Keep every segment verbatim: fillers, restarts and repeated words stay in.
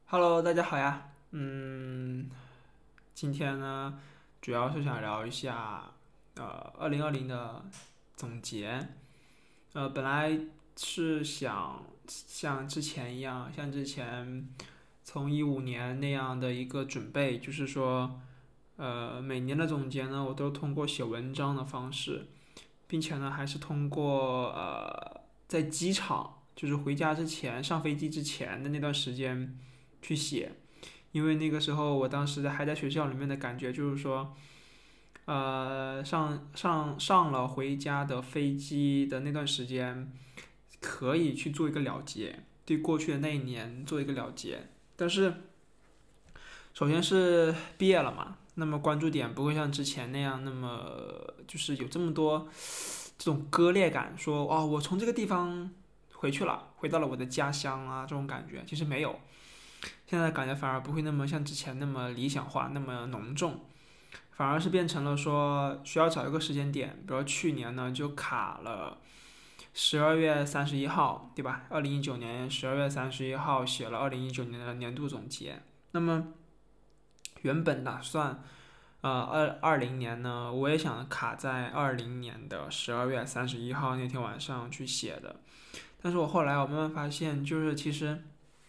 Hello，大家好呀。嗯，今天呢，主要是想聊一下，呃，二零二零的总结。呃，本来是想像之前一样，像之前从一五年那样的一个准备，就是说，呃，每年的总结呢，我都通过写文章的方式，并且呢，还是通过呃，在机场，就是回家之前，上飞机之前的那段时间去写。因为那个时候我当时还在学校里面的感觉就是说，呃，上上上了回家的飞机的那段时间，可以去做一个了结，对过去的那一年做一个了结。但是首先是毕业了嘛，那么关注点不会像之前那样那么就是有这么多这种割裂感，说哦，我从这个地方回去了，回到了我的家乡啊，这种感觉其实没有。现在感觉反而不会那么像之前那么理想化，那么浓重，反而是变成了说需要找一个时间点，比如去年呢就卡了十二月三十一号，对吧？二零一九年十二月三十一号写了二零一九年的年度总结。那么原本打算，呃，二二零年呢，我也想卡在二零年的十二月三十一号那天晚上去写的，但是我后来我慢慢发现，就是其实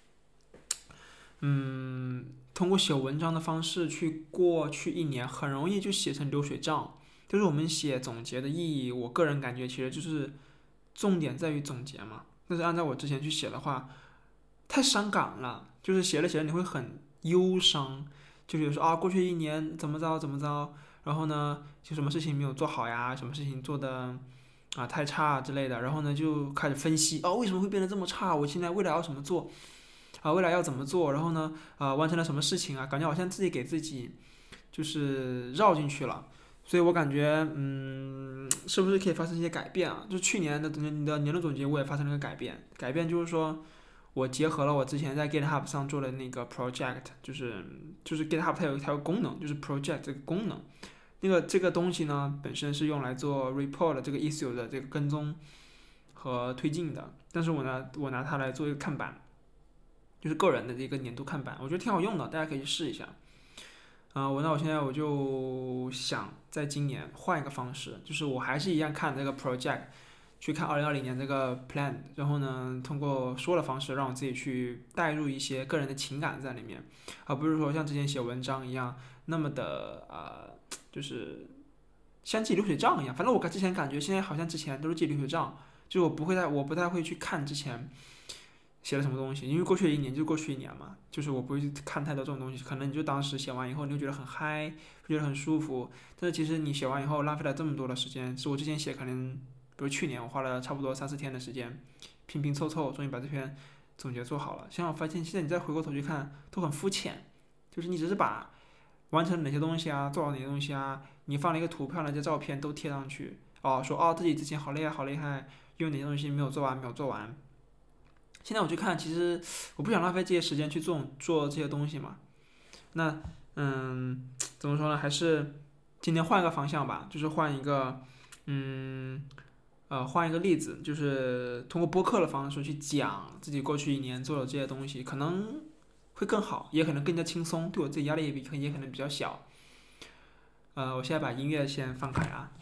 嗯，通过写文章的方式去过去一年，很容易就写成流水账。就是我们写总结的意义，我个人感觉其实就是重点在于总结嘛。但是按照我之前去写的话，太伤感了，就是写着写着你会很忧伤，就比如说啊，过去一年怎么着怎么着，然后呢，就什么事情没有做好呀，什么事情做的啊太差之类的，然后呢就开始分析，哦，为什么会变得这么差？我现在未来要怎么做？啊，未来要怎么做，然后呢，啊，完成了什么事情啊？感觉好像自己给自己就是绕进去了，所以我感觉，嗯，是不是可以发生一些改变啊？就去年的你的年度总结，我也发生了个改变，改变就是说我结合了我之前在 GitHub 上做的那个 project，就是就是 GitHub 它有一条功能，就是 project 这个功能，那个这个东西呢，本身是用来做 report 这个 issue 的这个跟踪和推进的，但是我呢，我拿它来做一个看板。就是个人的一个年度看板，我觉得挺好用的，大家可以去试一下。啊、呃我那我现在我就想在今年换一个方式，就是我还是一样看这个 project，去看二零二零年这个 plan，然后呢，通过说的方式让我自己去带入一些个人的情感在里面，而不是说像之前写文章一样那么的呃，就是像记流水账一样。反正我之前感觉现在好像之前都是记流水账，就我不会太我不太会去看之前写了什么东西，因为过去的一年就过去一年嘛，就是我不会去看太多这种东西，可能你就当时写完以后你就觉得很嗨，觉得很舒服，但是其实你写完以后浪费了这么多的时间，是我之前写可能，比如去年我花了差不多三四天的时间，拼拼凑凑，终于把这篇总结做好了。现在我发现，现在你再回过头去看，都很肤浅，就是你只是把完成哪些东西啊，做好哪些东西啊，你放了一个图片、那些照片都贴上去，哦，说哦自己之前好厉害好厉害，因为哪些东西没有做完没有做完，现在我去看，其实我不想浪费这些时间去做做这些东西嘛。那嗯，怎么说呢？还是今天换一个方向吧，就是换一个嗯呃换一个例子，就是通过播客的方式去讲自己过去一年做的这些东西，可能会更好，也可能更加轻松，对我自己压力也比也可能比较小。呃，我现在把音乐先放开啊。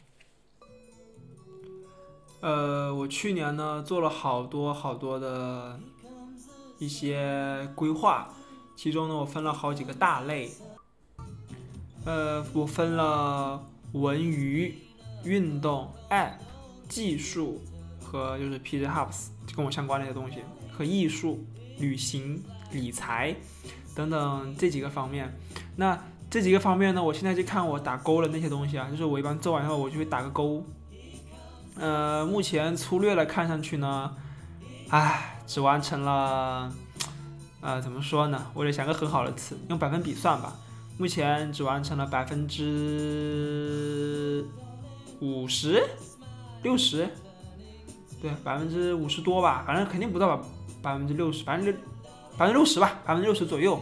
呃，我去年呢做了好多好多的一些规划，其中呢我分了好几个大类，呃，我分了文娱、运动、App、技术和就是 P J Hubs 跟我相关的一些东西，和艺术、旅行、理财等等这几个方面。那这几个方面呢，我现在去看我打勾的那些东西啊，就是我一般做完以后我就会打个勾。呃，目前粗略的看上去呢，唉，只完成了呃，怎么说呢？我得想个很好的词，用百分比算吧。目前只完成了百分之五十、六十，对，百分之五十多吧，反正肯定不到百分之六十，百分之百分之六十吧，百分之六十左右。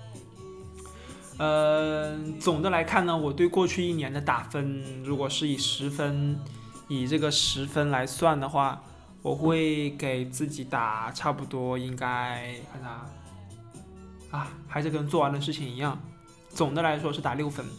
呃，总的来看呢，我对过去一年的打分，如果是以十分，以这个十分来算的话，我会给自己打差不多应该看啥啊，还是跟做完的事情一样。总的来说是打六分。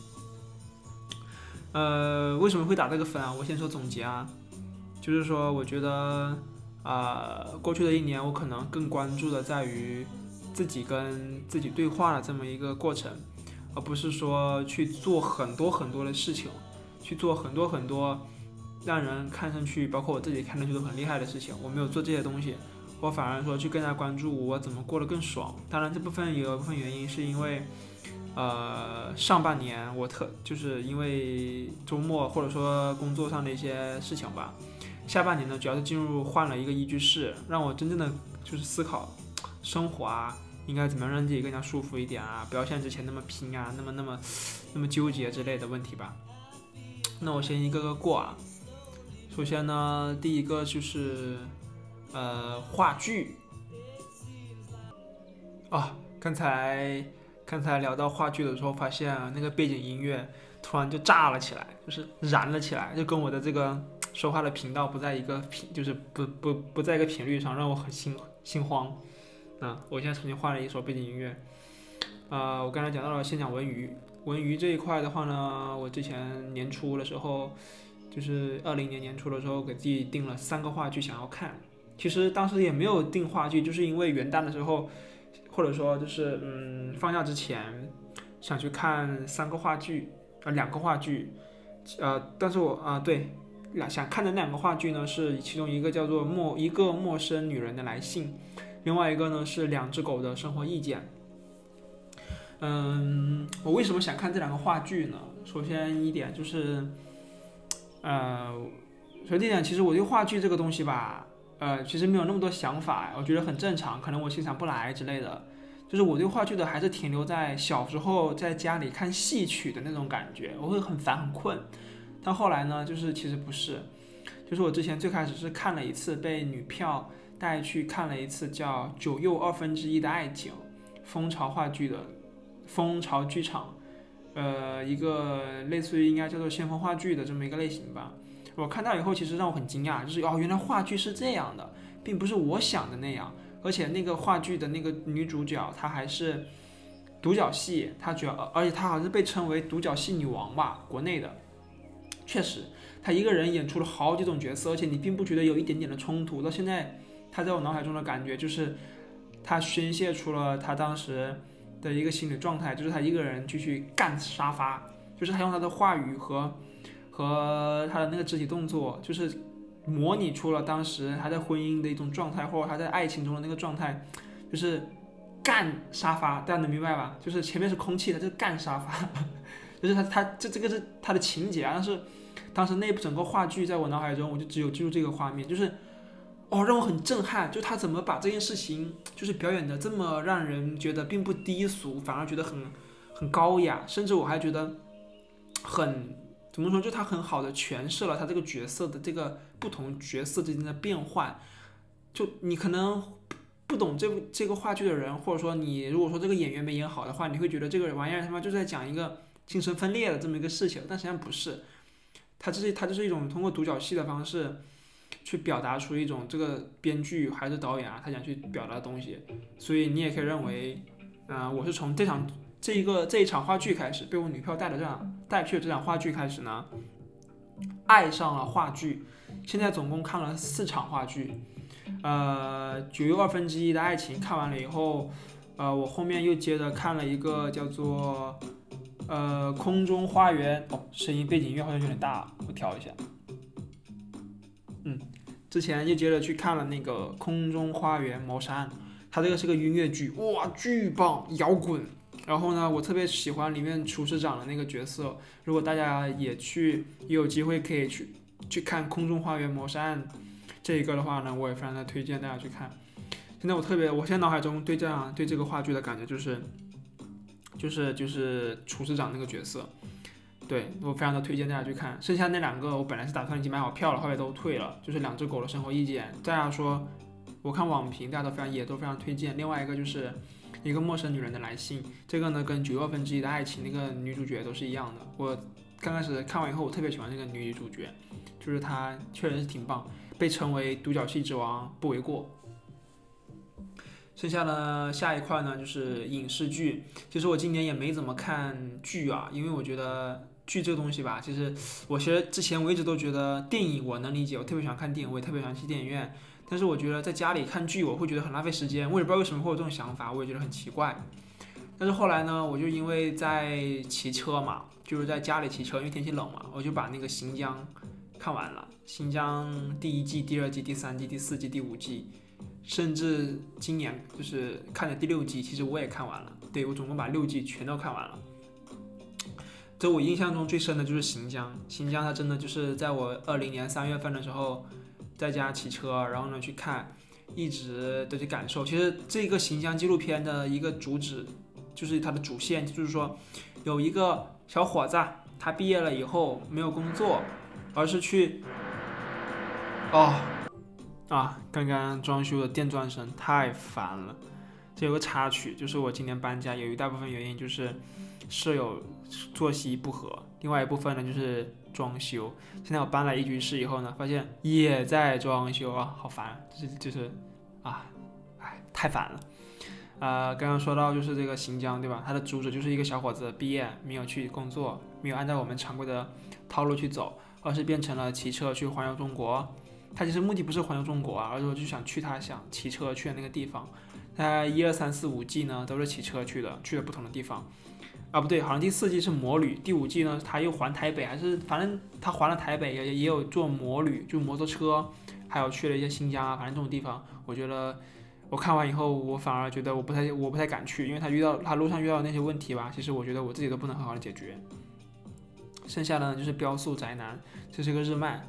呃，为什么会打这个分啊？我先说总结啊，就是说我觉得，呃，过去的一年我可能更关注的在于自己跟自己对话的这么一个过程，而不是说去做很多很多的事情，去做很多很多让人看上去，包括我自己看上去都很厉害的事情。我没有做这些东西，我反而说去更加关注我怎么过得更爽。当然，这部分有一部分原因是因为。呃，上半年我特就是因为周末或者说工作上的一些事情吧，下半年呢主要是进入换了一个一居室，让我真正的就是思考生活啊，应该怎么样让自己更加舒服一点啊，不要像之前那么拼啊，那么那么那么纠结之类的问题吧。那我先一个个过啊。首先呢，第一个就是呃话剧啊，刚才。刚才聊到话剧的时候，发现那个背景音乐突然就炸了起来，就是燃了起来，就跟我的这个说话的频道不在一个频，就是不不不在一个频率上，让我很心心慌。啊，我现在重新换了一首背景音乐。呃，我刚才讲到了先讲文娱，文娱这一块的话呢，我之前年初的时候，就是二零年年初的时候，给自己定了三个话剧想要看。其实当时也没有定话剧，就是因为元旦的时候。或者说就是嗯，放假之前想去看三个话剧，呃，两个话剧，呃，但是我啊、呃、对，想看的那两个话剧呢是其中一个叫做陌一个陌生女人的来信，另外一个呢是两只狗的生活意见。嗯，我为什么想看这两个话剧呢？首先一点就是，呃，首先一点其实我对话剧这个东西吧。呃，其实没有那么多想法，我觉得很正常，可能我欣赏不来之类的。就是我对话剧的还是停留在小时候在家里看戏曲的那种感觉，我会很烦很困。但后来呢，就是其实不是，就是我之前最开始是看了一次，被女票带去看了一次叫《九又二分之一的爱情》，蜂巢话剧的蜂巢剧场，呃，一个类似于应该叫做先锋话剧的这么一个类型吧。我看到以后，其实让我很惊讶，就是哦，原来话剧是这样的，并不是我想的那样。而且那个话剧的那个女主角，她还是独角戏，她主要，而且她好像是被称为独角戏女王吧，国内的。确实，她一个人演出了好几种角色，而且你并不觉得有一点点的冲突。到现在，她在我脑海中的感觉就是，她宣泄出了她当时的一个心理状态，就是她一个人继续干沙发，就是她用她的话语和。和他的那个肢体动作，就是模拟出了当时他在婚姻的一种状态，或者他在爱情中的那个状态，就是干沙发，大家能明白吧？就是前面是空气，他就干沙发，就是他他这这个是他的情节啊。但是当时那整个话剧在我脑海中，我就只有记住这个画面，就是哦让我很震撼，就他怎么把这件事情就是表演的这么让人觉得并不低俗，反而觉得很很高雅，甚至我还觉得很。怎么说？就他很好的诠释了他这个角色的这个不同角色之间的变换。就你可能不懂这部这个话剧的人，或者说你如果说这个演员没演好的话，你会觉得这个玩意儿他妈就在讲一个精神分裂的这么一个事情，但实际上不是。他这是他就是一种通过独角戏的方式去表达出一种这个编剧还是导演啊他想去表达的东西。所以你也可以认为，嗯、呃，我是从这场。这一个这一场话剧开始，被我女票带的这场带去的这场话剧开始呢，爱上了话剧。现在总共看了四场话剧，呃，九又二分之一的爱情看完了以后，呃，我后面又接着看了一个叫做呃空中花园。哦，声音背景音乐好像有点大，我调一下。嗯，之前又接着去看了那个空中花园谋杀案，它这个是个音乐剧，哇，巨棒，摇滚。然后呢，我特别喜欢里面厨师长的那个角色。如果大家也去也有机会可以去去看《空中花园谋杀案》这一个的话呢，我也非常的推荐大家去看。现在我特别，我现在脑海中对这样对这个话剧的感觉就是，就是就是厨师长那个角色。对，我非常的推荐大家去看。剩下那两个我本来是打算已经买好票了，后来都退了，就是两只狗的生活意见。大家说，我看网评大家都非常也都非常推荐。另外一个就是一个陌生女人的来信，这个呢跟九二分之一的爱情那个女主角都是一样的。我刚开始看完以后，我特别喜欢这个女主角，就是她确实是挺棒，被称为独角戏之王不为过。 剩下的下一块呢就是影视剧。其实我今年也没怎么看剧啊，因为我觉得剧这个东西吧，其实我其实之前我一直都觉得电影我能理解，我特别喜欢看电影，我也特别喜欢去电影院。但是我觉得在家里看剧，我会觉得很浪费时间，我也不知道为什么会有这种想法，我也觉得很奇怪。但是后来呢，我就因为在骑车嘛，就是在家里骑车，因为天气冷嘛，我就把那个《新疆》看完了。《新疆》第一季、第二季、第三季、第四季、第五季，甚至今年就是看的第六季，其实我也看完了。对，我总共把六季全都看完了。这我印象中最深的就是新疆，新疆它真的就是在我二零年三月份的时候，在家骑车，然后呢去看，一直的去感受。其实这个新疆纪录片的一个主旨，就是它的主线，就是说有一个小伙子，他毕业了以后没有工作，而是去，哦啊，刚刚装修的电钻声太烦了。这有个插曲，就是我今年搬家有一大部分原因就是舍友作息不合，另外一部分呢就是装修。现在我搬来一居室以后呢，发现也在装修啊，好烦，就是就是啊，哎，太烦了。呃，刚刚说到就是这个新疆，对吧？它的主旨就是一个小伙子毕业没有去工作，没有按照我们常规的套路去走，而是变成了骑车去环游中国。他其实目的不是环游中国啊，而是我就想去他想骑车去的那个地方。他一二三四五季呢都是骑车去的，去了不同的地方。啊，不对，好像第四季是摩旅，第五季呢他又环台北，还是反正他环了台北，也也有坐摩旅，就摩托车，还有去了一些新疆啊，反正这种地方，我觉得我看完以后，我反而觉得我不太我不太敢去，因为他遇到他路上遇到的那些问题吧，其实我觉得我自己都不能很好的解决。剩下的呢就是标速宅男，这是个日漫。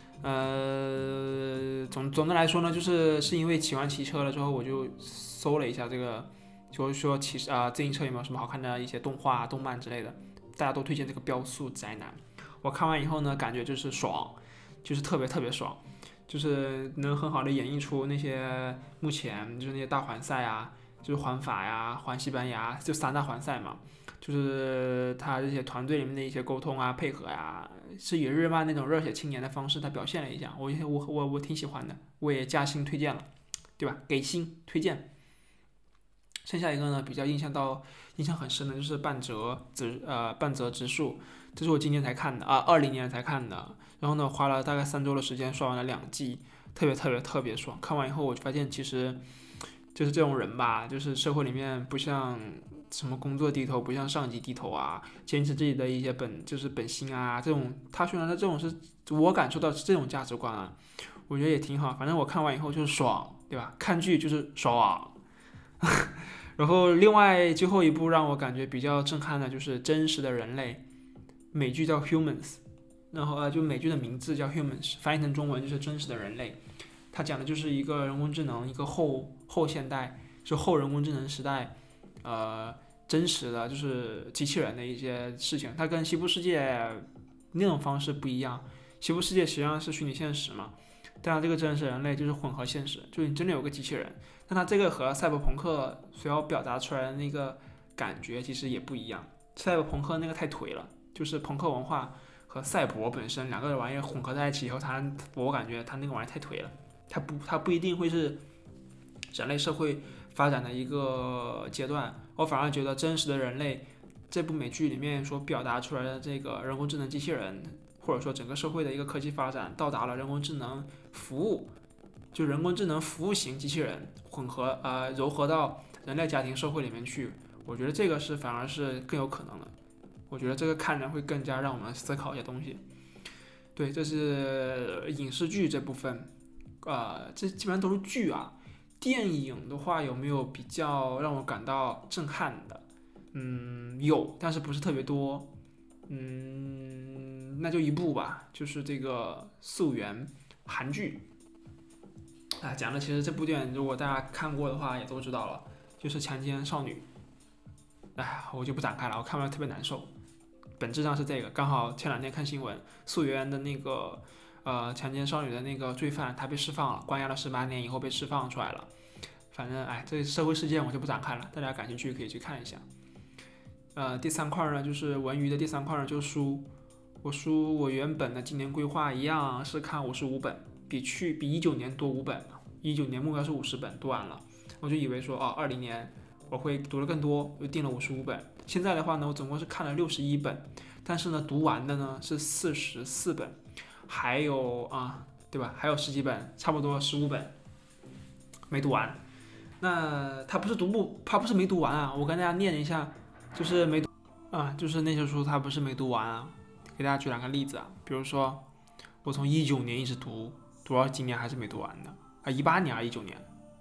呃，总总的来说呢，就是是因为喜欢骑车了之后，我就搜了一下这个，就是说骑啊、呃、自行车有没有什么好看的一些动画、动漫之类的，大家都推荐这个标速宅男。我看完以后呢，感觉就是爽，就是特别特别爽，就是能很好的演绎出那些目前就是那些大环赛啊，就是环法呀、环西班牙，就三大环赛嘛。就是他这些团队里面的一些沟通啊、配合呀、啊，是以日漫那种热血青年的方式，他表现了一下，我我我我挺喜欢的，我也加薪推荐了，对吧？给星推荐。剩下一个呢，比较印象到印象很深的就是半泽直呃半泽直树，这是我今年才看的啊，二零年才看的，然后呢花了大概三周的时间刷完了两季，特别特别特别爽。看完以后我就发现其实就是这种人吧，就是社会里面不像什么工作低头，不像上级低头啊，坚持自己的一些本就是本心啊，这种他虽然他这种是我感受到是这种价值观啊，我觉得也挺好。反正我看完以后就是爽，对吧？看剧就是爽。然后另外最后一部让我感觉比较震撼的就是《真实的人类》，美剧叫《Humans》，然后呃就美剧的名字叫《Humans》，翻译成中文就是《真实的人类》。它讲的就是一个人工智能，一个后后现代，就后人工智能时代。呃，真实的就是机器人的一些事情，它跟西部世界那种方式不一样。西部世界实际上是虚拟现实嘛，但它这个真实人类就是混合现实，就你真的有个机器人。但它这个和赛博朋克所要表达出来的那个感觉其实也不一样。赛博朋克那个太颓了，就是朋克文化和赛博本身两个玩意儿混合在一起以后，它我感觉它那个玩意儿太颓了，它不它不一定会是人类社会发展的一个阶段。我反而觉得《真实的人类》这部美剧里面所表达出来的这个人工智能机器人，或者说整个社会的一个科技发展，到达了人工智能服务，就人工智能服务型机器人混合呃糅合到人类家庭社会里面去。我觉得这个是反而是更有可能的。我觉得这个看着会更加让我们思考一些东西。对，这是影视剧这部分，呃，这基本上都是剧啊。电影的话有没有比较让我感到震撼的？嗯，有，但是不是特别多。嗯，那就一部吧，就是这个《溯源》韩剧。啊，讲的其实这部电影，如果大家看过的话，也都知道了，就是强奸少女。哎，我就不展开了，我看完特别难受。本质上是这个，刚好前两天看新闻，溯源的那个呃强奸少女的那个罪犯，他被释放了，关押了十八年以后被释放出来了。反正哎，这社会事件我就不展开了，大家感兴趣可以去看一下。呃，第三块呢，就是文娱的第三块呢，就是书。我书我原本的今年规划一样是看五十五本，比去比一九年多五本，一九年目标是五十本，读完了。 我就以为说啊，二零年我会读的更多，就订了五十五本。现在的话呢，我总共是看了六十一本，但是呢，读完的呢是四十四本，还有啊，对吧？还有十几本，差不多十五本没读完。那他不是读不，他不是没读完啊，我跟大家念一下，就是没读啊，就是那些书他不是没读完啊。给大家举两个例子啊，比如说我从一九年一直读，读到今年还是没读完的啊，一八年啊，一九年。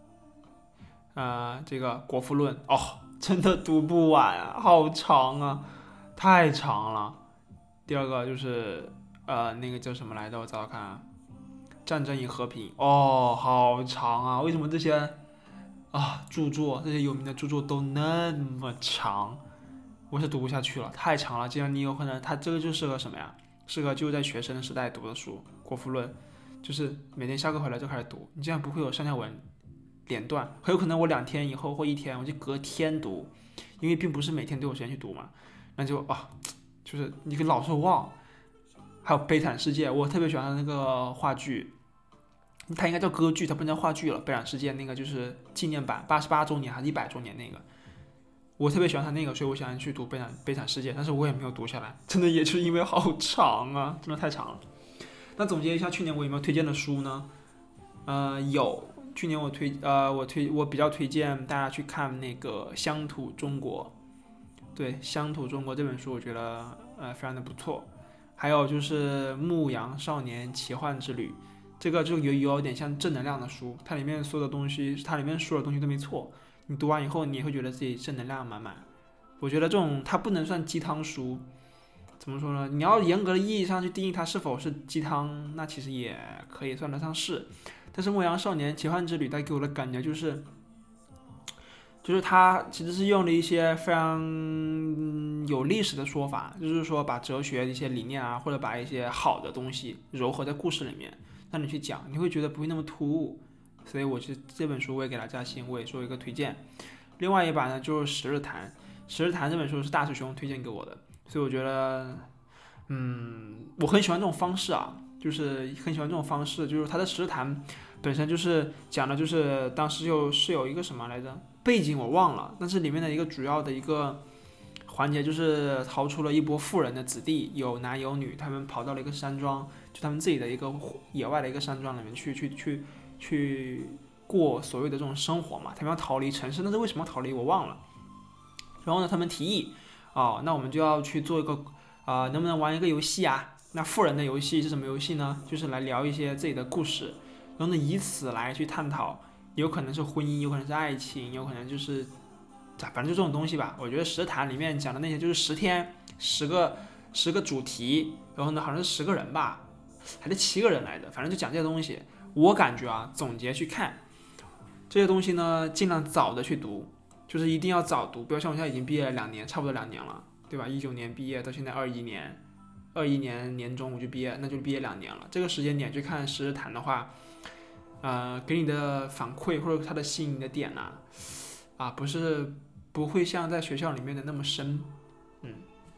呃，这个《国富论》哦，真的读不完啊，好长啊，太长了。第二个就是呃，那个叫什么来着？我找找看啊，《战争与和平》哦，好长啊！为什么这些啊著作，这些有名的著作都那么长？我是读不下去了，太长了。这样你有可能，它这个就适合什么呀？适合就在学生的时代读的书，《国富论》，就是每天下课回来就开始读，你这样不会有上下文连段，很有可能我两天以后或一天我就隔天读，因为并不是每天都有时间去读嘛，那就啊，就是你跟老是忘。还有《悲惨世界》，我特别喜欢那个话剧，它应该叫歌剧，它不能叫话剧了。《悲惨世界》那个就是纪念版，八十八周年还是一百周年那个，我特别喜欢他那个，所以我想去读悲惨《悲惨世界》，但是我也没有读下来，真的也是因为好长啊，真的太长了。那总结一下，去年我有没有推荐的书呢？呃，有。去年我推呃我推我比较推荐大家去看那个《乡土中国》，对，《乡土中国》这本书我觉得呃非常的不错。还有就是《牧羊少年奇幻之旅》，这个就有有点像正能量的书，它里面说的东西，它里面说的东西都没错，你读完以后你也会觉得自己正能量满满。我觉得这种它不能算鸡汤书，怎么说呢？你要严格的意义上去定义它是否是鸡汤，那其实也可以算得上是。但是《牧羊少年奇幻之旅》带给我的感觉就是，就是它其实是用了一些非常有历史的说法，就是说把哲学的一些理念啊，或者把一些好的东西糅合在故事里面，让你去讲，你会觉得不会那么突兀。所以我是这本书我也给它加星，我也做一个推荐。另外一版呢就是《十日谈》，《十日谈》这本书是大师兄推荐给我的，所以我觉得，嗯，我很喜欢这种方式啊。就是很喜欢这种方式，就是他的十日谈本身就是讲的，就是当时就是有一个什么来着，背景我忘了，但是里面的一个主要的一个环节就是逃出了一波富人的子弟，有男有女，他们跑到了一个山庄，就他们自己的一个野外的一个山庄里面去去去去过所谓的这种生活嘛，他们要逃离城市，但是为什么要逃离我忘了。然后呢，他们提议啊、哦，那我们就要去做一个啊、呃，能不能玩一个游戏啊？那富人的游戏是什么游戏呢？就是来聊一些自己的故事，然后呢以此来去探讨，有可能是婚姻，有可能是爱情，有可能就是反正就这种东西吧。我觉得十谈里面讲的那些就是十天十个十个主题，然后呢好像是十个人吧，还是七个人来的，反正就讲这些东西。我感觉啊，总结去看这些东西呢，尽量早的去读，就是一定要早读，不要像我现在已经毕业了两年，差不多两年了，对吧？一九年毕业到现在二一年。二一年年中我就毕业，那就毕业两年了。这个时间点去看十日谈的话，呃，给你的反馈或者它的吸引的点呢、啊，啊，不是不会像在学校里面的那么深，嗯。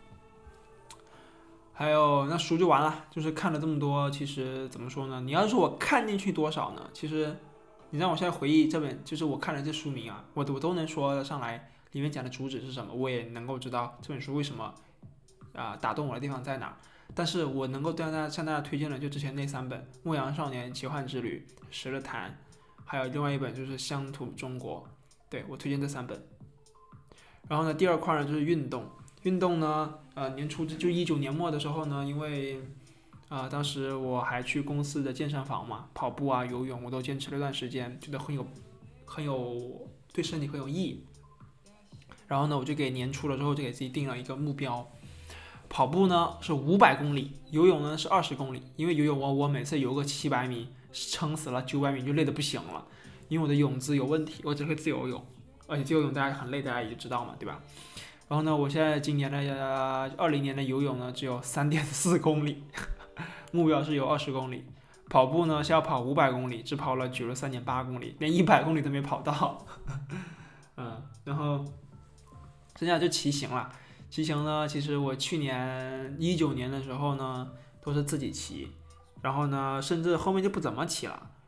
还有那书就完了，就是看了这么多，其实怎么说呢？你要说我看进去多少呢？其实你让我现在回忆这本，就是我看了这书名啊，我我都能说得上来，里面讲的主旨是什么，我也能够知道这本书为什么。啊、呃，打动我的地方在哪？但是我能够对大家向大家推荐的就之前那三本《牧羊少年奇幻之旅》、《十日谈》，还有另外一本就是《乡土中国》。对，我推荐这三本。然后呢，第二块呢就是运动。运动呢，呃，年初就一九年末的时候呢，因为啊、呃，当时我还去公司的健身房嘛，跑步啊、游泳，我都坚持了一段时间，觉得很有很有对身体很有意义。然后呢，我就给年初了之后就给自己定了一个目标。跑步呢是五百公里，游泳呢是二十公里。因为游泳我我每次游个七百米，撑死了九百米就累得不行了，因为我的泳姿有问题，我只会自由泳，而且自由泳大家很累，大家也就知道嘛，对吧？然后呢，我现在今年的二零年的游泳呢只有三点四公里，目标是有二十公里。跑步呢是要跑五百公里，只跑了九十三点八公里，连一百公里都没跑到。嗯，然后剩下就骑行了。骑行呢，其实我去年一九年的时候呢，都是自己骑，然后呢，甚至后面就不怎么骑了，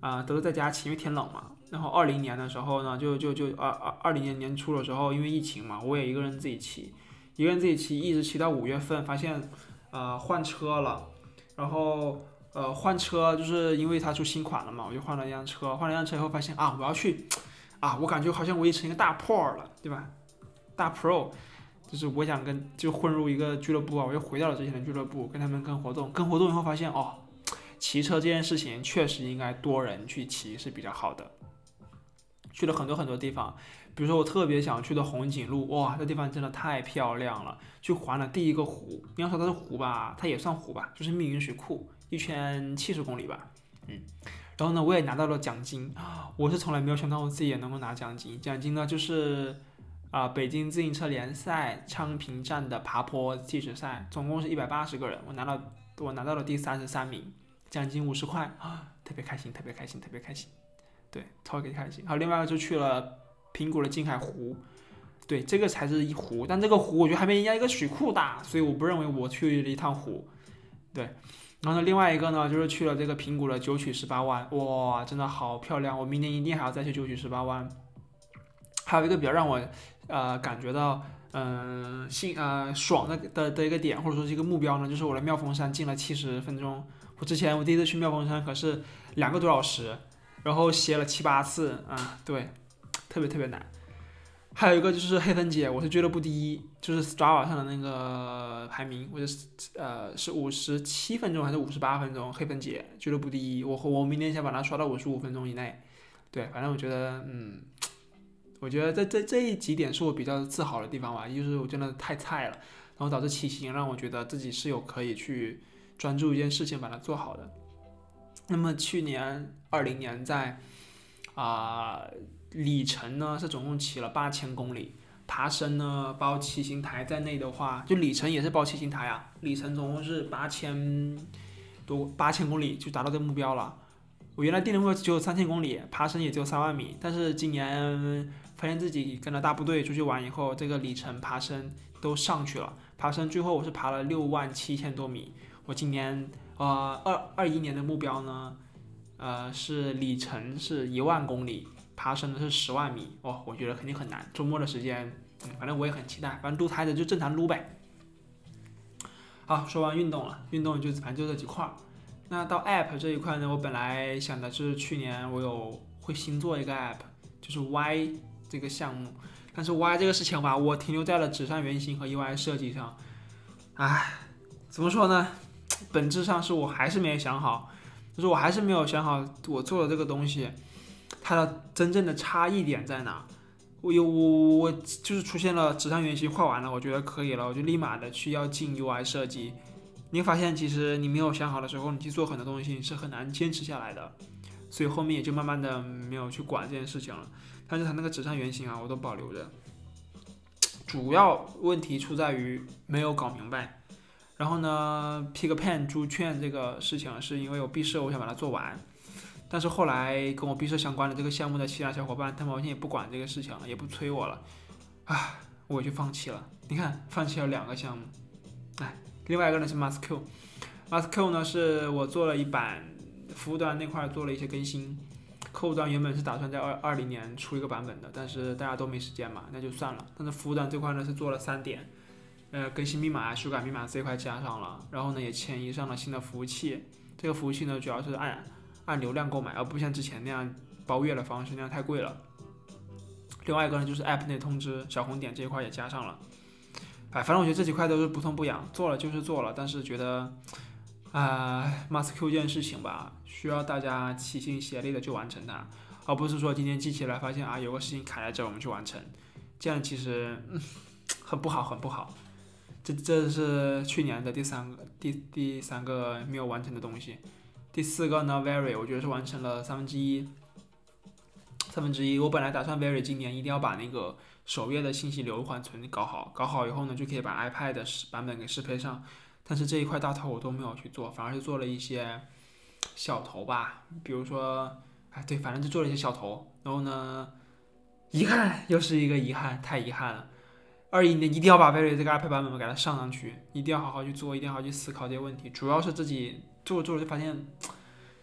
啊、呃、都是在家骑，因为天冷嘛。然后二零年的时候呢，就就就二二二零年年初的时候，因为疫情嘛，我也一个人自己骑，一个人自己骑，一直骑到五月份，发现呃换车了，然后呃换车就是因为它出新款了嘛，我就换了一辆车，换了一辆车以后发现啊，我要去啊，我感觉好像我也成一个大 Pro 了，对吧？大 Pro。就是我想跟就混入一个俱乐部啊，我又回到了之前的俱乐部，跟他们跟活动，跟活动以后发现哦，骑车这件事情确实应该多人去骑是比较好的。去了很多很多地方，比如说我特别想去的红景路，哇，这地方真的太漂亮了。去环了第一个湖，你要说它是湖吧，它也算湖吧，就是密云水库，一圈七十公里吧，嗯。然后呢，我也拿到了奖金，我是从来没有想到我自己也能够拿奖金。奖金呢，就是啊、呃，北京自行车联赛昌平站的爬坡计时赛，总共是一百八十个人，我拿到我拿到了第三十三名，奖金五十块啊，特别开心，特别开心，特别开心，对，超级开心。还有另外一个就去了平谷的静海湖，对，这个才是一湖，但这个湖我觉得还没人家一个水库大，所以我不认为我去了一趟湖，对。然后呢，另外一个呢，就是去了这个平谷的九曲十八弯，哇，真的好漂亮！我明年一定还要再去九曲十八弯。还有一个比较让我呃感觉到嗯、呃、幸呃爽的的的一个点，或者说是一个目标呢，就是我的妙峰山进了七十分钟。我之前我第一次去妙峰山可是两个多小时，然后歇了七八次啊、嗯，对，特别特别难。还有一个就是黑粉姐，我是俱乐部第一，就是 Strava 上的那个排名，我是呃是五十七分钟还是五十八分钟，黑粉姐俱乐部第一，我我明年想把它刷到五十五分钟以内。对，反正我觉得嗯，我觉得这这这一几点是我比较自豪的地方吧，一就是我真的太菜了，然后导致骑行让我觉得自己是有可以去专注一件事情把它做好的。那么去年二零年在啊。呃里程呢是总共骑了八千公里，爬升呢包骑行台在内的话，就里程也是包骑行台啊，里程总共是八千多八千公里就达到这个目标了。我原来定的目标只有三千公里，爬升也只有三万米，但是今年发现自己跟着大部队出去玩以后，这个里程爬升都上去了，爬升最后我是爬了六万七千多米。我今年呃二二一年的目标呢，呃是里程是一万公里。爬升的是十万米，哦，我觉得肯定很难。周末的时间，嗯，反正我也很期待。反正撸胎的就正常撸呗。好，说完运动了，运动就反正就这几块。那到 App 这一块呢，我本来想的是去年我有会新做一个 App， 就是 Y 这个项目，但是 Y 这个事情吧，我停留在了纸上原型和 U I 设计上。唉，怎么说呢？本质上是我还是没有想好，就是我还是没有想好我做的这个东西。它的真正的差异点在哪？我有我我就是出现了纸上原型画完了，我觉得可以了，我就立马的去要进 U I 设计。你会发现，其实你没有想好的时候，你去做很多东西是很难坚持下来的，所以后面也就慢慢的没有去管这件事情了。但是它那个纸上原型啊，我都保留着。主要问题出在于没有搞明白。然后呢 ，Pigpen 猪圈这个事情是因为我毕设，我想把它做完。但是后来跟我毕设相关的这个项目的其他小伙伴，他们完全也不管这个事情了，也不催我了，唉，我就放弃了。你看，放弃了两个项目，唉，另外一个呢是 MassQ，MassQ 呢是我做了一版服务端那块做了一些更新，客户端原本是打算在二二零年出一个版本的，但是大家都没时间嘛，那就算了。但是服务端这块呢是做了三点，呃，更新密码、修改密码这一块加上了，然后呢也迁移上了新的服务器，这个服务器呢主要是按。按流量购买，而不像之前那样包月的方式，那样太贵了。另外一个呢，就是 App 内通知小红点这一块也加上了。哎，反正我觉得这几块都是不痛不痒，做了就是做了，但是觉得，啊、呃、，MassQ 这件事情吧，需要大家齐心协力的去完成它，而不是说今天记起来发现啊有个事情卡在这儿，我们去完成，这样其实、嗯、很不好，很不好。这这是去年的第三个第第三个没有完成的东西。第四个呢 ，Very， 我觉得是完成了三分之一，三分之一。我本来打算 Very 今年一定要把那个首页的信息流缓存搞好，搞好以后呢，就可以把 iPad 的版本给适配上。但是这一块大头我都没有去做，反而是做了一些小头吧，比如说，哎，对，反正就做了一些小头。然后呢，遗憾又是一个遗憾，太遗憾了。二一年一定要把 Very 这个 iPad 版本给它上上去，一定要好好去做，一定要好好去思考这些问题。主要是自己做着做着就发现，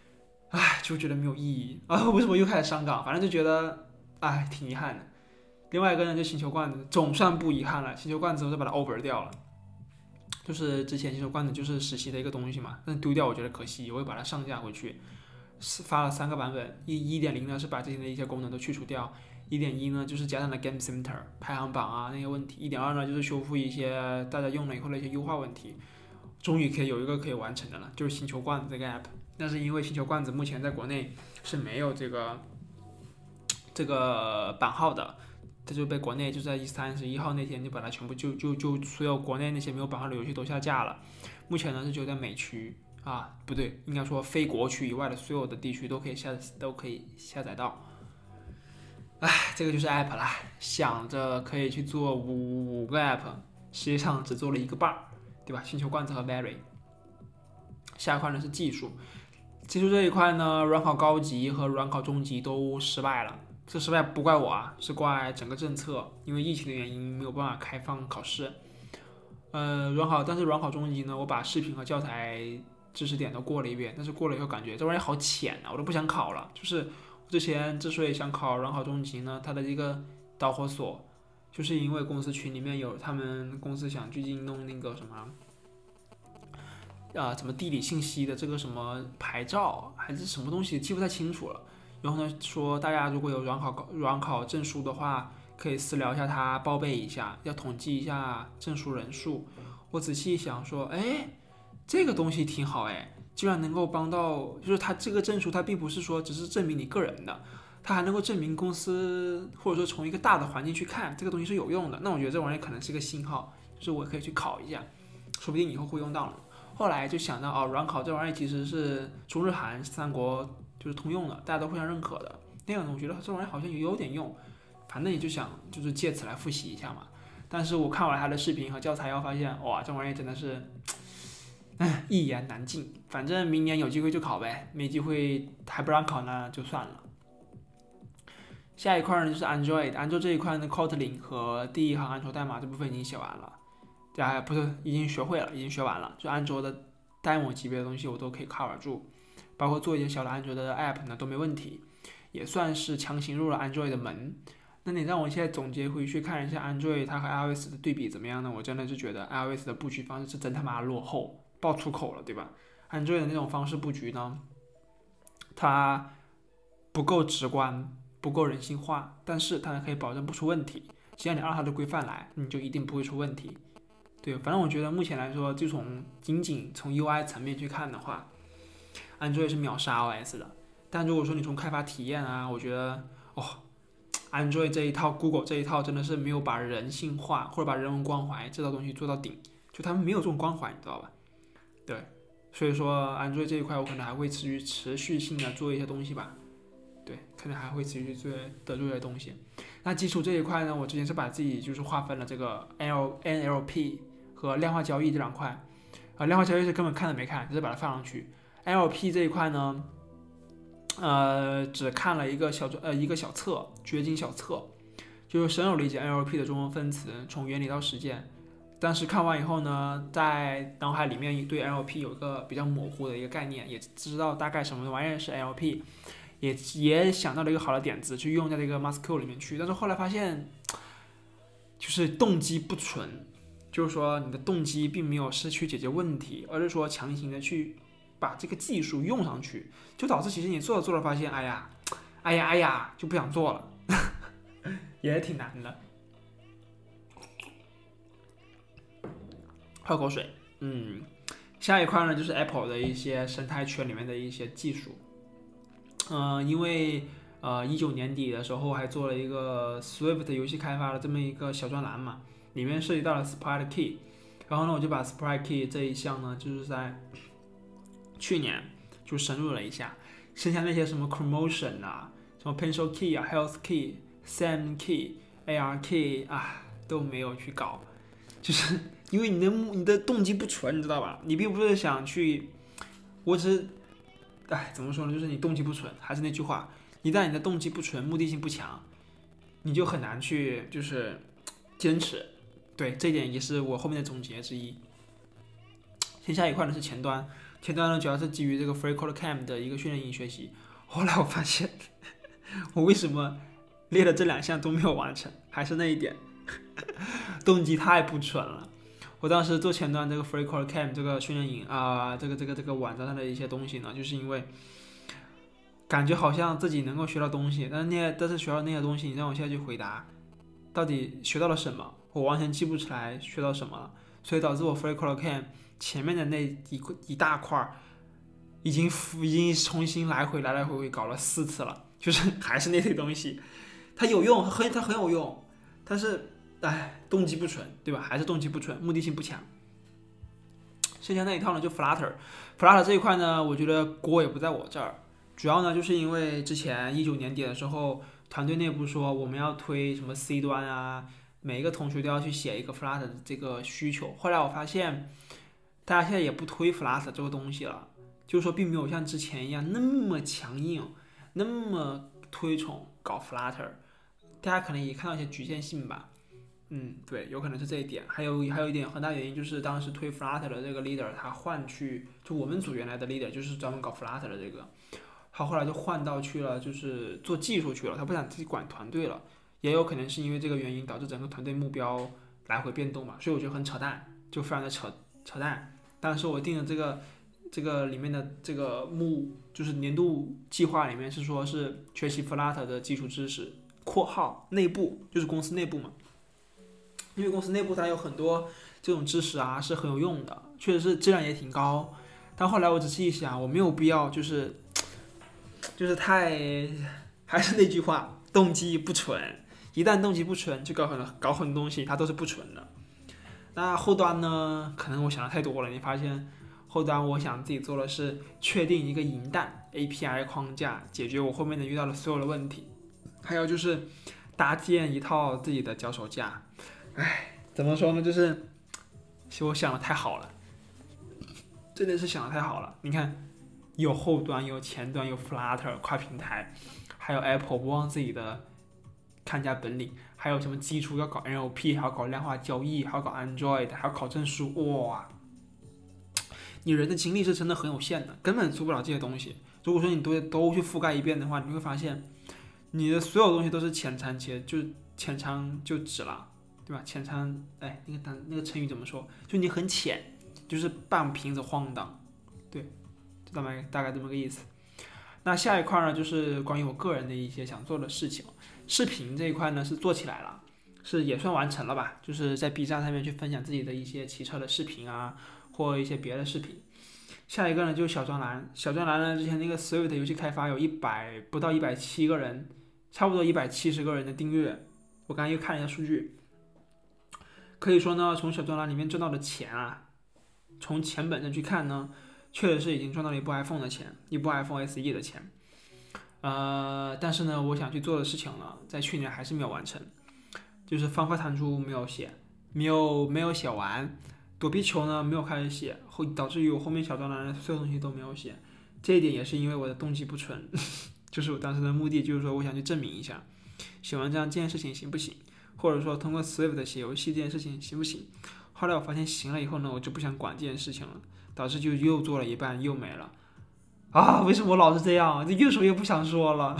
唉，就觉得没有意义啊。为什么又开始上岗？反正就觉得唉挺遗憾的。另外一个呢，就星球罐子，总算不遗憾了。星球罐子我就把它 over 掉了，就是之前星球罐子就是实习的一个东西嘛，但是丢掉我觉得可惜，我会把它上架回去。发了三个版本，一一点零呢是把之前的一些功能都去除掉，一点一呢就是加上了 Game Center 排行榜啊那些问题，一点二呢就是修复一些大家用了以后的一些优化问题，终于可以有一个可以完成的了，就是星球罐子这个 app。但是因为星球罐子目前在国内是没有这个这个版号的，它就被国内就在三十一号那天就把它全部就就就所有国内那些没有版号的游戏都下架了。目前呢是只有在美区啊，不对，应该说非国区以外的所有的地区都可以下都可以下载到。唉，这个就是 app 啦，想着可以去做五五个 app， 实际上只做了一个半，对吧？星球罐子和 Berry。下一块呢是技术，技术这一块呢，软考高级和软考中级都失败了。这失败不怪我啊，是怪整个政策，因为疫情的原因没有办法开放考试。呃，软考，但是软考中级呢，我把视频和教材知识点都过了一遍，但是过了以后感觉这玩意好浅啊，我都不想考了。就是我之前之所以想考软考中级呢，它的一个导火索，就是因为公司群里面有他们公司想最近弄那个什么。啊，怎么地理信息的这个什么牌照还是什么东西，记不太清楚了。然后呢，说大家如果有软考软考证书的话，可以私聊一下他，报备一下，要统计一下证书人数。我仔细一想说，哎，这个东西挺好哎，居然能够帮到，就是他这个证书，它并不是说只是证明你个人的，它还能够证明公司，或者说从一个大的环境去看这个东西是有用的。那我觉得这玩意可能是个信号，就是我可以去考一下，说不定以后会用到了。后来就想到哦，软考这玩意其实是中日韩三国就是通用的，大家都互相认可的。那样呢，我觉得这玩意好像有点用，反正也就想就是借此来复习一下嘛。但是我看完他的视频和教材后，发现哇，这玩意真的是，唉，一言难尽。反正明年有机会就考呗，没机会还不让考呢，就算了。下一块呢就是 Android，Android 这一块呢 Kotlin 和第一行安卓代码这部分已经写完了。啊，不是，已经学会了，已经学完了。就安卓的 demo 级别的东西我都可以 cover 住，包括做一些小的安卓的 app 呢都没问题，也算是强行入了 Android 的门。那你让我现在总结回去看一下 Android 它和 iOS 的对比怎么样呢？我真的是觉得 iOS 的布局方式是真他妈落后，爆粗口了，对吧 ？Android 的那种方式布局呢，它不够直观，不够人性化，但是它可以保证不出问题。只要你按它的规范来，你就一定不会出问题。对，反正我觉得目前来说，就从仅仅从 U I 层面去看的话，Android 是秒杀 iOS 的。但如果说你从开发体验啊，我觉得哦，Android 这一套 ，Google 这一套真的是没有把人性化或者把人文关怀这套东西做到顶，就他们没有这种关怀，你知道吧？对，所以说 Android 这一块我可能还会持续持续性的做一些东西吧。对，可能还会持续做的做一些东西。那基础这一块呢，我之前是把自己就是划分了这个 L N L P。和量化交易这两块，啊，量化交易是根本看都没看，只是把它放上去。N L P 这一块呢，呃，只看了一个小呃一个小册，掘金小册，就是深入理解 N L P 的中文分词，从原理到实践。但是看完以后呢，在脑海里面对 N L P 有一个比较模糊的一个概念，也知道大概什么玩意儿是 N L P， 也也想到了一个好的点子去用在这个 MassQ 里面去，但是后来发现，就是动机不纯。就是说你的动机并没有是去解决问题，而是说强行的去把这个技术用上去，就导致其实你做着做着发现，哎呀，哎呀，哎呀，就不想做了，也挺难的。喝口水，嗯，下一块呢就是 Apple 的一些生态圈里面的一些技术，嗯、呃，因为呃一九年底的时候还做了一个 Swift 游戏开发的这么一个小专栏嘛。里面涉及到了 Sprite Key， 然后呢，我就把 Sprite Key 这一项呢，就是在去年就深入了一下，剩下那些什么 Chromotion 啊，什么 Pencil Key 啊 ，Health Key、Sam Key、A R Key 啊，都没有去搞，就是因为你的你的动机不纯，你知道吧？你并不是想去，我只是，哎，怎么说呢？就是你动机不纯，还是那句话，一旦你的动机不纯，目的性不强，你就很难去就是坚持。对，这一点也是我后面的总结之一。先下一块呢是前端， 前端呢主要是基于这个 FreeCodeCamp 的一个训练营学习。后来我发现，我为什么列的这两项都没有完成，还是那一点，动机太不纯了。我当时做前端这个 FreeCodeCamp 这个训练营啊、呃，这个这个这个网站上的一些东西呢，就是因为感觉好像自己能够学到东西，但是那些但是学到那些东西，你让我现在去回答，到底学到了什么，我完全记不出来学到什么了，所以导致我 FreeCodeCamp 前面的那一一大块已经已经重新来回来来回回搞了四次了，就是还是那些东西，它有用，很它很有用，但是哎，动机不纯，对吧？还是动机不纯，目的性不强。剩下那一套呢，就 Flutter，Flutter 这一块呢，我觉得锅也不在我这儿，主要呢就是因为之前一九年底的时候，团队内部说我们要推什么 C 端啊，每一个同学都要去写一个 Flutter 的这个需求。后来我发现，大家现在也不推 Flutter 这个东西了，就是说并没有像之前一样那么强硬，那么推崇搞 Flutter， 大家可能也看到一些局限性吧。嗯，对，有可能是这一点。还有还有一点很大原因就是当时推 Flutter 的这个 leader 他换去，就我们组原来的 leader 就是专门搞 Flutter 的这个，他后来就换到去了就是做技术去了，他不想自己管团队了。也有可能是因为这个原因导致整个团队目标来回变动嘛，所以我觉得很扯淡，就非常的扯扯淡。但是我定的这个这个里面的这个目就是年度计划里面是说是学习 Flutter 的基础知识（括号内部就是公司内部嘛）。因为公司内部它有很多这种知识啊是很有用的，确实是质量也挺高。但后来我仔细一想，我没有必要就是就是太还是那句话，动机不纯。一旦动机不纯，就搞很搞很多东西它都是不纯的。那后端呢？可能我想的太多了。你发现后端我想自己做的是确定一个银弹 A P I 框架，解决我后面的遇到的所有的问题。还有就是搭建一套自己的脚手架。唉，怎么说呢？就是其实我想的太好了，真的是想的太好了。你看，有后端，有前端，有 Flutter 跨平台，还有 Apple 不忘自己的看家本领，还有什么基础要搞 N L P， 还要搞量化交易，还要搞 Android， 还要考证书。哇，你人的精力是真的很有限的，根本做不了这些东西。如果说你都都去覆盖一遍的话，你会发现你的所有东西都是浅尝且就浅尝就止了。对吧？浅尝，哎，那个单那个成语怎么说？就你很浅，就是半瓶子荒唐，对，大概大概这么个意思。那下一块呢，就是关于我个人的一些想做的事情。视频这一块呢是做起来了，是也算完成了吧？就是在 B 站上面去分享自己的一些骑车的视频啊，或一些别的视频。下一个呢就是小专栏，小专栏呢之前那个 Swift 游戏开发有一百不到一百七个人，差不多一百七十个人的订阅。我刚才又看了一下数据。可以说呢，从小专栏里面赚到的钱啊，从钱本上去看呢，确实是已经赚到了一部 iPhone 的钱，一部 iPhone S E 的钱。呃，但是呢，我想去做的事情呢，在去年还是没有完成，就是方法弹出没有写，没有没有写完，躲避球呢没有开始写，后导致于我后面小专栏的所有东西都没有写。这一点也是因为我的动机不纯，就是我当时的目的就是说我想去证明一下，写完这样这件事情行不行。或者说通过 Swift 写游戏这件事情行不行？后来我发现行了以后呢，我就不想管这件事情了，导致就又做了一半又没了。啊，为什么我老是这样？这越说越不想说了。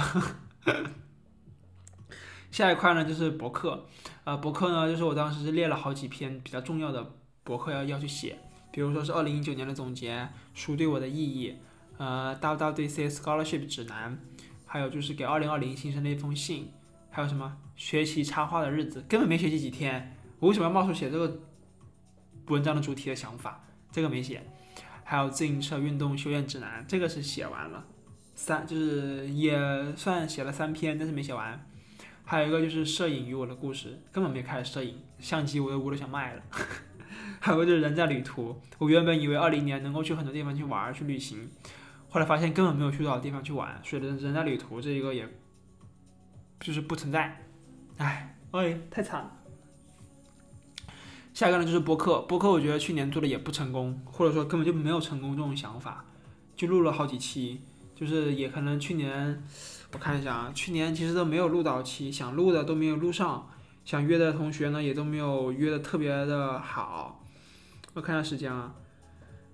下一块呢就是博客，呃，博客呢就是我当时是列了好几篇比较重要的博客要要去写，比如说是二零一九年的总结，书对我的意义，呃 ，W W D C Scholarship 指南，还有就是给二零二零新生的一封信。还有什么学习插画的日子，根本没学习几天，我为什么要冒出写这个文章的主题的想法？这个没写。还有自行车运动修炼指南，这个是写完了，三就是也算写了三篇，但是没写完。还有一个就是摄影与我的故事，根本没开始摄影，相机我都我都想卖了。还有个就是人在旅途，我原本以为二零年能够去很多地方去玩去旅行，后来发现根本没有去多少地方去玩，所以人在旅途这一个也。就是不存在，哎，哎，太惨了。下一个呢就是播客，播客我觉得去年做的也不成功，或者说根本就没有成功这种想法，就录了好几期，就是也可能去年我看一下啊，去年其实都没有录到期，想录的都没有录上，想约的同学呢也都没有约的特别的好。我看一下时间啊，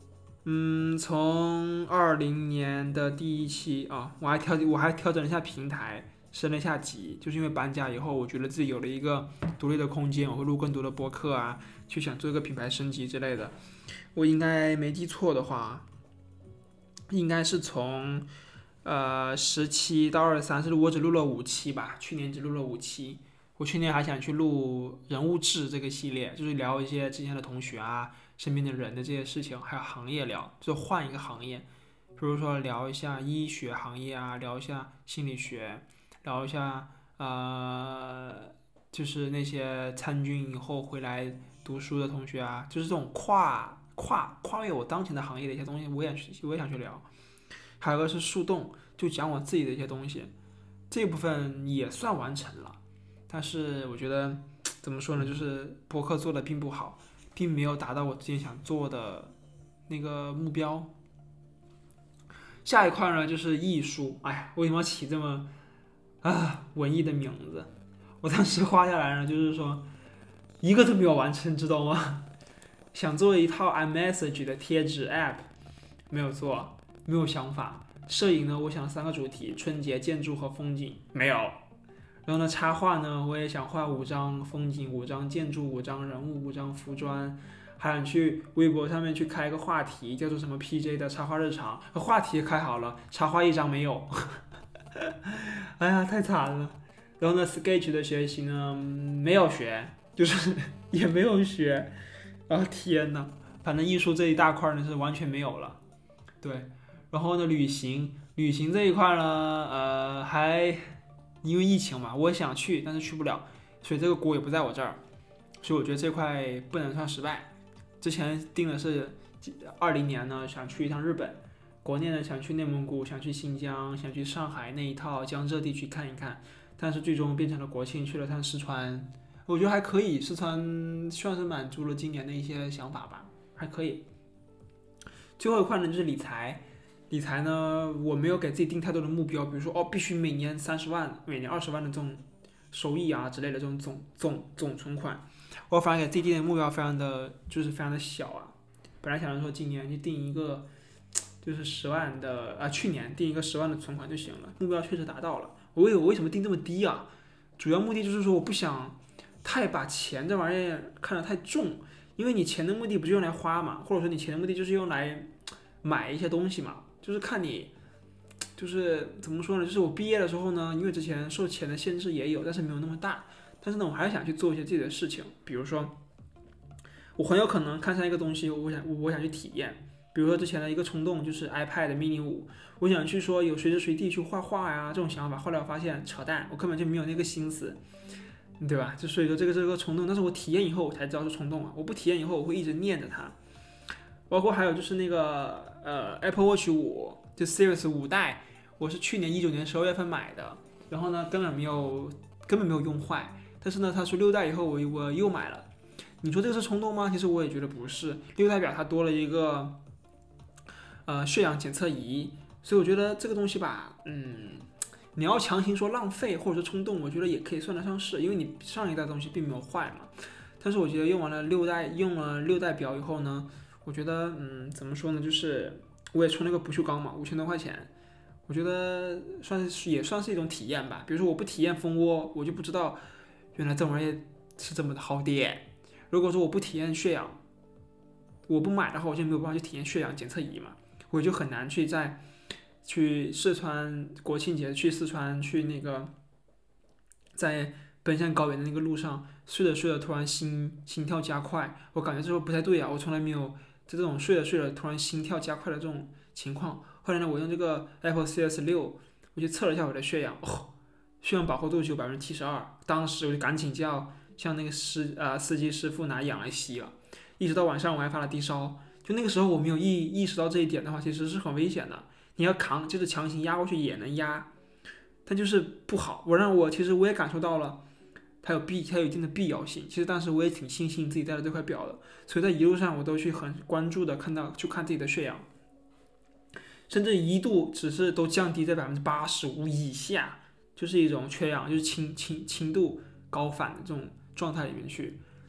嗯，从二零年的第一期啊，我还调我还调整了一下平台，升了一下级，就是因为搬家以后，我觉得自己有了一个独立的空间，我会录更多的播客啊，去想做一个品牌升级之类的。我应该没记错的话，应该是从呃十期到二十三，是我只录了五期吧，去年只录了五期。我去年还想去录人物志这个系列，就是聊一些之前的同学啊、身边的人的这些事情，还有行业聊，就换一个行业，比如说聊一下医学行业啊，聊一下心理学，聊一下呃，就是那些参军以后回来读书的同学啊，就是这种跨跨跨越我当前的行业的一些东西，我也我也想去聊。还有一个是树洞，就讲我自己的一些东西，这部分也算完成了。但是我觉得怎么说呢，就是播客做的并不好，并没有达到我之前想做的那个目标。下一块呢就是艺术，哎呀，为什么要起这么啊文艺的名字？我当时画下来呢，就是说一个都没有完成，知道吗？想做一套 iMessage 的贴纸 App， 没有做，没有想法。摄影呢，我想三个主题：春节、建筑和风景，没有。然后呢，插画呢，我也想画五张风景，五张建筑，五张人物，五张服装，还想去微博上面去开一个话题，叫做什么 P J 的插画日常。话题开好了，插画一张没有。哎呀，太惨了。然后呢，Sketch 的学习呢，没有学，就是也没有学。啊天呐，反正艺术这一大块呢是完全没有了。对，然后呢，旅行，旅行这一块呢，呃，还因为疫情嘛，我也想去，但是去不了，所以这个锅也不在我这儿，所以我觉得这块不能算失败。之前定的是二零年呢，想去一趟日本，国内呢想去内蒙古，想去新疆，想去上海那一套江浙地区看一看，但是最终变成了国庆去了趟四川，我觉得还可以，四川算是满足了今年的一些想法吧，还可以。最后一块呢就是理财，理财呢我没有给自己定太多的目标，比如说哦必须每年三十万、每年二十万的这种收益啊之类的这种总总总存款，我反而给自己定的目标非常的就是非常的小啊。本来想着说今年就定一个就是十万的啊，去年定一个十万的存款就行了，目标确实达到了。我为我为什么定这么低啊？主要目的就是说我不想太把钱这玩意儿看得太重，因为你钱的目的不是用来花嘛，或者说你钱的目的就是用来买一些东西嘛，就是看你就是怎么说呢？就是我毕业的时候呢，因为之前受钱的限制也有，但是没有那么大。但是呢，我还是想去做一些自己的事情，比如说，我很有可能看上一个东西，我想我想去体验。比如说之前的一个冲动就是 iPad mini 五，我想去说有随时随地去画画呀这种想法，后来我发现扯淡，我根本就没有那个心思，对吧？就所以说这个这个冲动，但是我体验以后我才知道是冲动啊，我不体验以后我会一直念着它。包括还有就是那个呃 Apple Watch 五，就 Series 五代，我是去年一九年十二月份买的，然后呢根本没有根本没有用坏，但是呢它出六代以后我我又买了，你说这个是冲动吗？其实我也觉得不是，六代表它多了一个呃血氧检测仪，所以我觉得这个东西吧，嗯，你要强行说浪费或者说冲动，我觉得也可以算得上是，因为你上一代东西并没有坏嘛。但是我觉得用完了六代用了六代表以后呢，我觉得嗯怎么说呢，就是我也充了个不锈钢嘛，五千多块钱，我觉得算是也算是一种体验吧。比如说我不体验蜂窝，我就不知道原来这玩意儿是这么的耗电。如果说我不体验血氧，我不买的话，我就没有办法去体验血氧检测仪嘛，我就很难去在去四川国庆节去四川去那个在奔向高原的那个路上，睡着睡着突然心心跳加快，我感觉这不太对啊，我从来没有在这种睡着睡着突然心跳加快的这种情况。后来呢，我用这个 Apple C S 六，我去测了一下我的血氧，哦，血氧饱和度只有百分之七十二，当时我就赶紧叫向那个司呃司机师傅拿氧来吸了，一直到晚上我还发了低烧。就那个时候我没有意意识到这一点的话，其实是很危险的。你要扛，就是强行压过去也能压，但就是不好。我让我其实我也感受到了，它有必它有一定的必要性。其实当时我也挺庆幸自己带了这块表的，所以在一路上我都去很关注的看到去看自己的血氧，甚至一度只是都降低在百分之八十五以下，就是一种缺氧，就是轻轻轻度高反的这种状态里面去。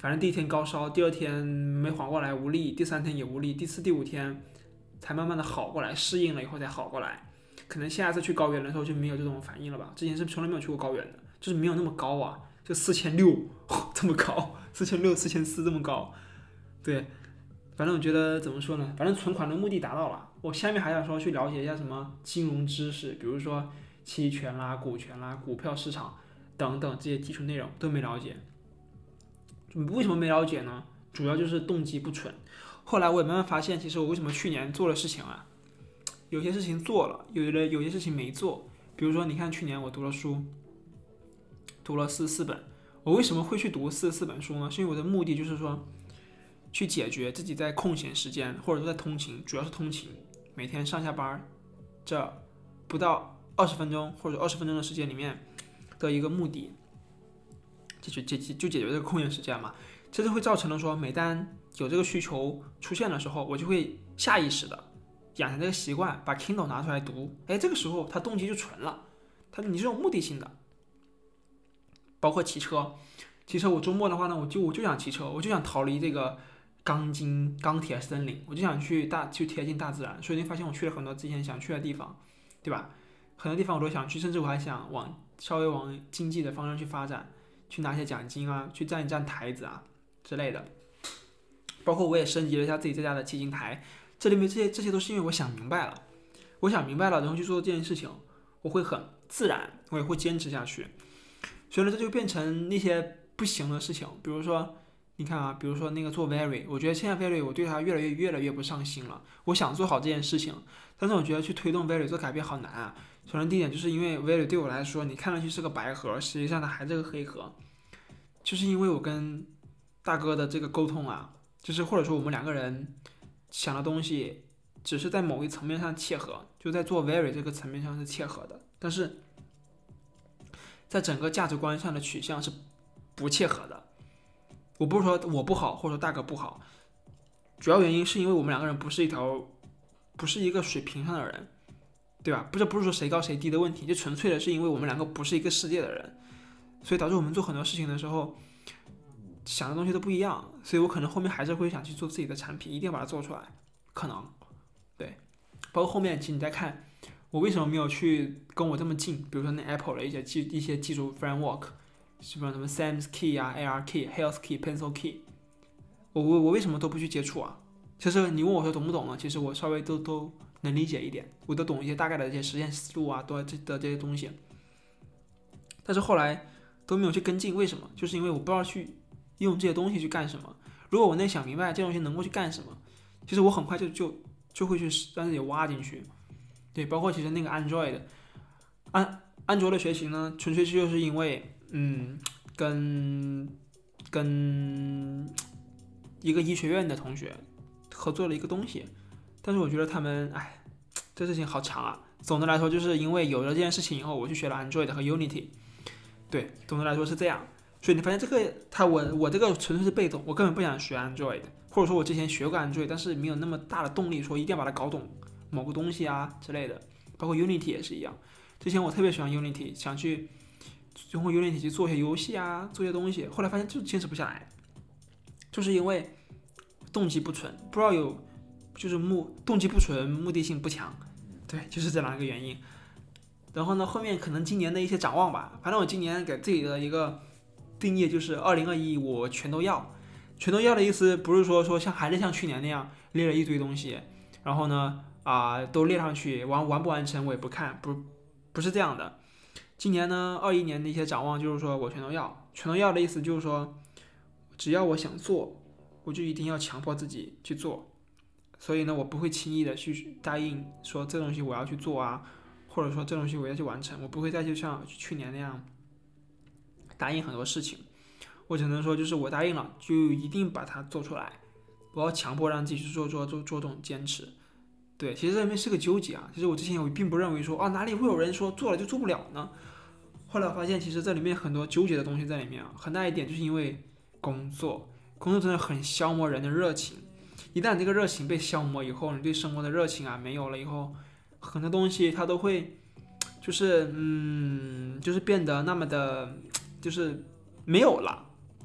反正第一天高烧，第二天没缓过来无力，第三天也无力，第四、第五天才慢慢的好过来，适应了以后才好过来。可能下一次去高原的时候就没有这种反应了吧？之前是从来没有去过高原的，就是没有那么高啊，就四千六这么高，四千六、四千四这么高。对，反正我觉得怎么说呢？反正存款的目的达到了。我下面还想说去了解一下什么金融知识，比如说期权啦、股权啦、股票市场等等这些基础内容都没了解。为什么没了解呢？主要就是动机不纯。后来我也慢慢发现，其实我为什么去年做了事情啊，有些事情做了，有的有些事情没做。比如说，你看去年我读了书，读了四十四本，我为什么会去读四十四本书呢？是因为我的目的就是说，去解决自己在空闲时间或者说在通勤，主要是通勤，每天上下班这不到二十分钟或者二十分钟的时间里面的一个目的，就解就解决这个空闲时间嘛。这就会造成了说，每当有这个需求出现的时候，我就会下意识的养成这个习惯，把 Kindle 拿出来读。哎，这个时候它动机就纯了，它你是有目的性的。包括骑车，骑车我周末的话呢，我就我就想骑车，我就想逃离这个钢筋钢铁森林，我就想去大去贴近大自然。所以你发现我去了很多之前想去的地方，对吧？很多地方我都想去，甚至我还想往稍微往经济的方向去发展，去拿一些奖金啊，去站一站台子啊之类的。包括我也升级了一下自己在家的骑行台，这里面这些这些都是因为我想明白了，我想明白了，然后去做这件事情，我会很自然，我也会坚持下去。所以呢，这就变成那些不行的事情，比如说，你看啊，比如说那个做 Very， 我觉得现在 Very 我对它越来越越来越不上心了。我想做好这件事情，但是我觉得去推动 Very 做改变好难啊。首先第一点就是因为 Very 对我来说，你看上去是个白盒，实际上它还是个黑盒，就是因为我跟大哥的这个沟通啊，就是或者说我们两个人想的东西，只是在某一层面上切合，就在做 Very 这个层面上是切合的，但是在整个价值观上的取向是不切合的。我不是说我不好，或者说大哥不好，主要原因是因为我们两个人不是一条，不是一个水平上的人，对吧？不是不是说谁高谁低的问题，就纯粹的是因为我们两个不是一个世界的人，所以导致我们做很多事情的时候想的东西都不一样。所以我可能后面还是会想去做自己的产品，一定要把它做出来，可能对。包括后面其实你再看我为什么没有去跟我这么近，比如说那 Apple 的一些技一些技术 framework， 是不是什么 Sam's Key 啊、A R Key、Health Key、Pencil Key， 我我我为什么都不去接触啊？其实你问我说懂不懂呢？其实我稍微都都能理解一点，我都懂一些大概的一些实验思路啊，都这的这些东西。但是后来都没有去跟进，为什么？就是因为我不知道去用这些东西去干什么。如果我能想明白这东西能够去干什么，其实我很快就就就会去让自己挖进去。对，包括其实那个 Android， 安安卓的学习呢，纯粹就是因为，嗯，跟跟一个医学院的同学合作了一个东西，但是我觉得他们，哎，这事情好长啊。总的来说，就是因为有了这件事情以后，我去学了 Android 和 Unity。对，总的来说是这样。所以你发现这个，他我我这个纯粹是被动，我根本不想学 Android， 或者说我之前学过 Android， 但是没有那么大的动力说一定要把它搞懂。某个东西啊之类的，包括 Unity 也是一样。之前我特别喜欢 Unity， 想去用 Unity 去做一些游戏啊，做一些东西，后来发现就坚持不下来，就是因为动机不纯，不知道有就是目动机不纯，目的性不强，对，就是这两个原因。然后呢，后面可能今年的一些展望吧，反正我今年给自己的一个定义就是二零二一我全都要。全都要的意思不是说说像还是像去年那样列了一堆东西，然后呢啊、呃，都列上去，完完不完成我也不看，不不是这样的。今年呢，二一年的一些展望就是说我全都要，全都要的意思就是说，只要我想做，我就一定要强迫自己去做。所以呢，我不会轻易的去答应说这东西我要去做啊，或者说这东西我要去完成，我不会再就像去年那样答应很多事情。我只能说，就是我答应了，就一定把它做出来。我要强迫让自己去做做做做这种坚持。对，其实这里面是个纠结啊。其实我之前我并不认为说啊哪里会有人说做了就做不了呢。后来我发现，其实这里面很多纠结的东西在里面啊。很大一点就是因为工作，工作真的很消磨人的热情。一旦这个热情被消磨以后，你对生活的热情啊没有了以后，很多东西它都会就是嗯就是变得那么的，就是没有了。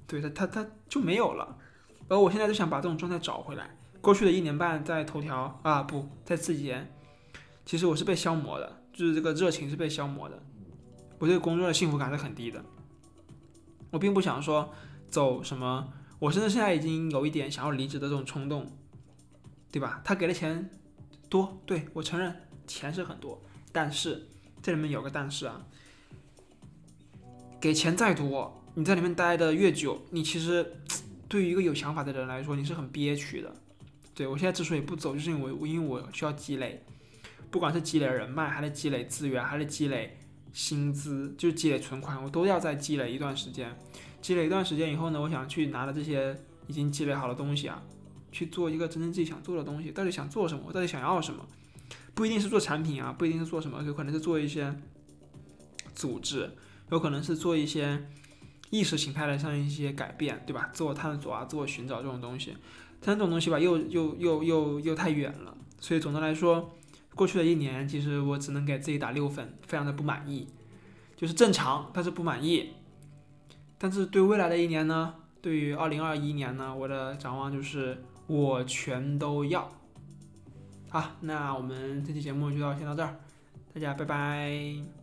对他他他就没有了。而我现在就想把这种状态找回来。过去的一年半在头条啊不在字节，其实我是被消磨的，就是这个热情是被消磨的，我对工作的幸福感是很低的。我并不想说走什么，我甚至现在已经有一点想要离职的这种冲动，对吧？他给的钱多，对，我承认钱是很多，但是这里面有个但是啊，给钱再多，你在里面待的越久，你其实对于一个有想法的人来说，你是很憋屈的。对，我现在之所以不走，就是因为我因为我需要积累，不管是积累人脉，还是积累资源，还是积累薪资，就是积累存款，我都要再积累一段时间。积累一段时间以后呢，我想去拿着这些已经积累好的东西啊，去做一个真正自己想做的东西。到底想做什么？我到底想要什么？不一定是做产品啊，不一定是做什么，有可能是做一些组织，有可能是做一些意识形态的像一些改变，对吧？自我探索啊，自我寻找这种东西。但这种东西吧，又又又又又太远了，所以总的来说，过去的一年，其实我只能给自己打六分，非常的不满意，就是正常，但是不满意。但是对未来的一年呢，对于二零二一年呢，我的展望就是我全都要。好，那我们这期节目就到先到这儿，大家拜拜。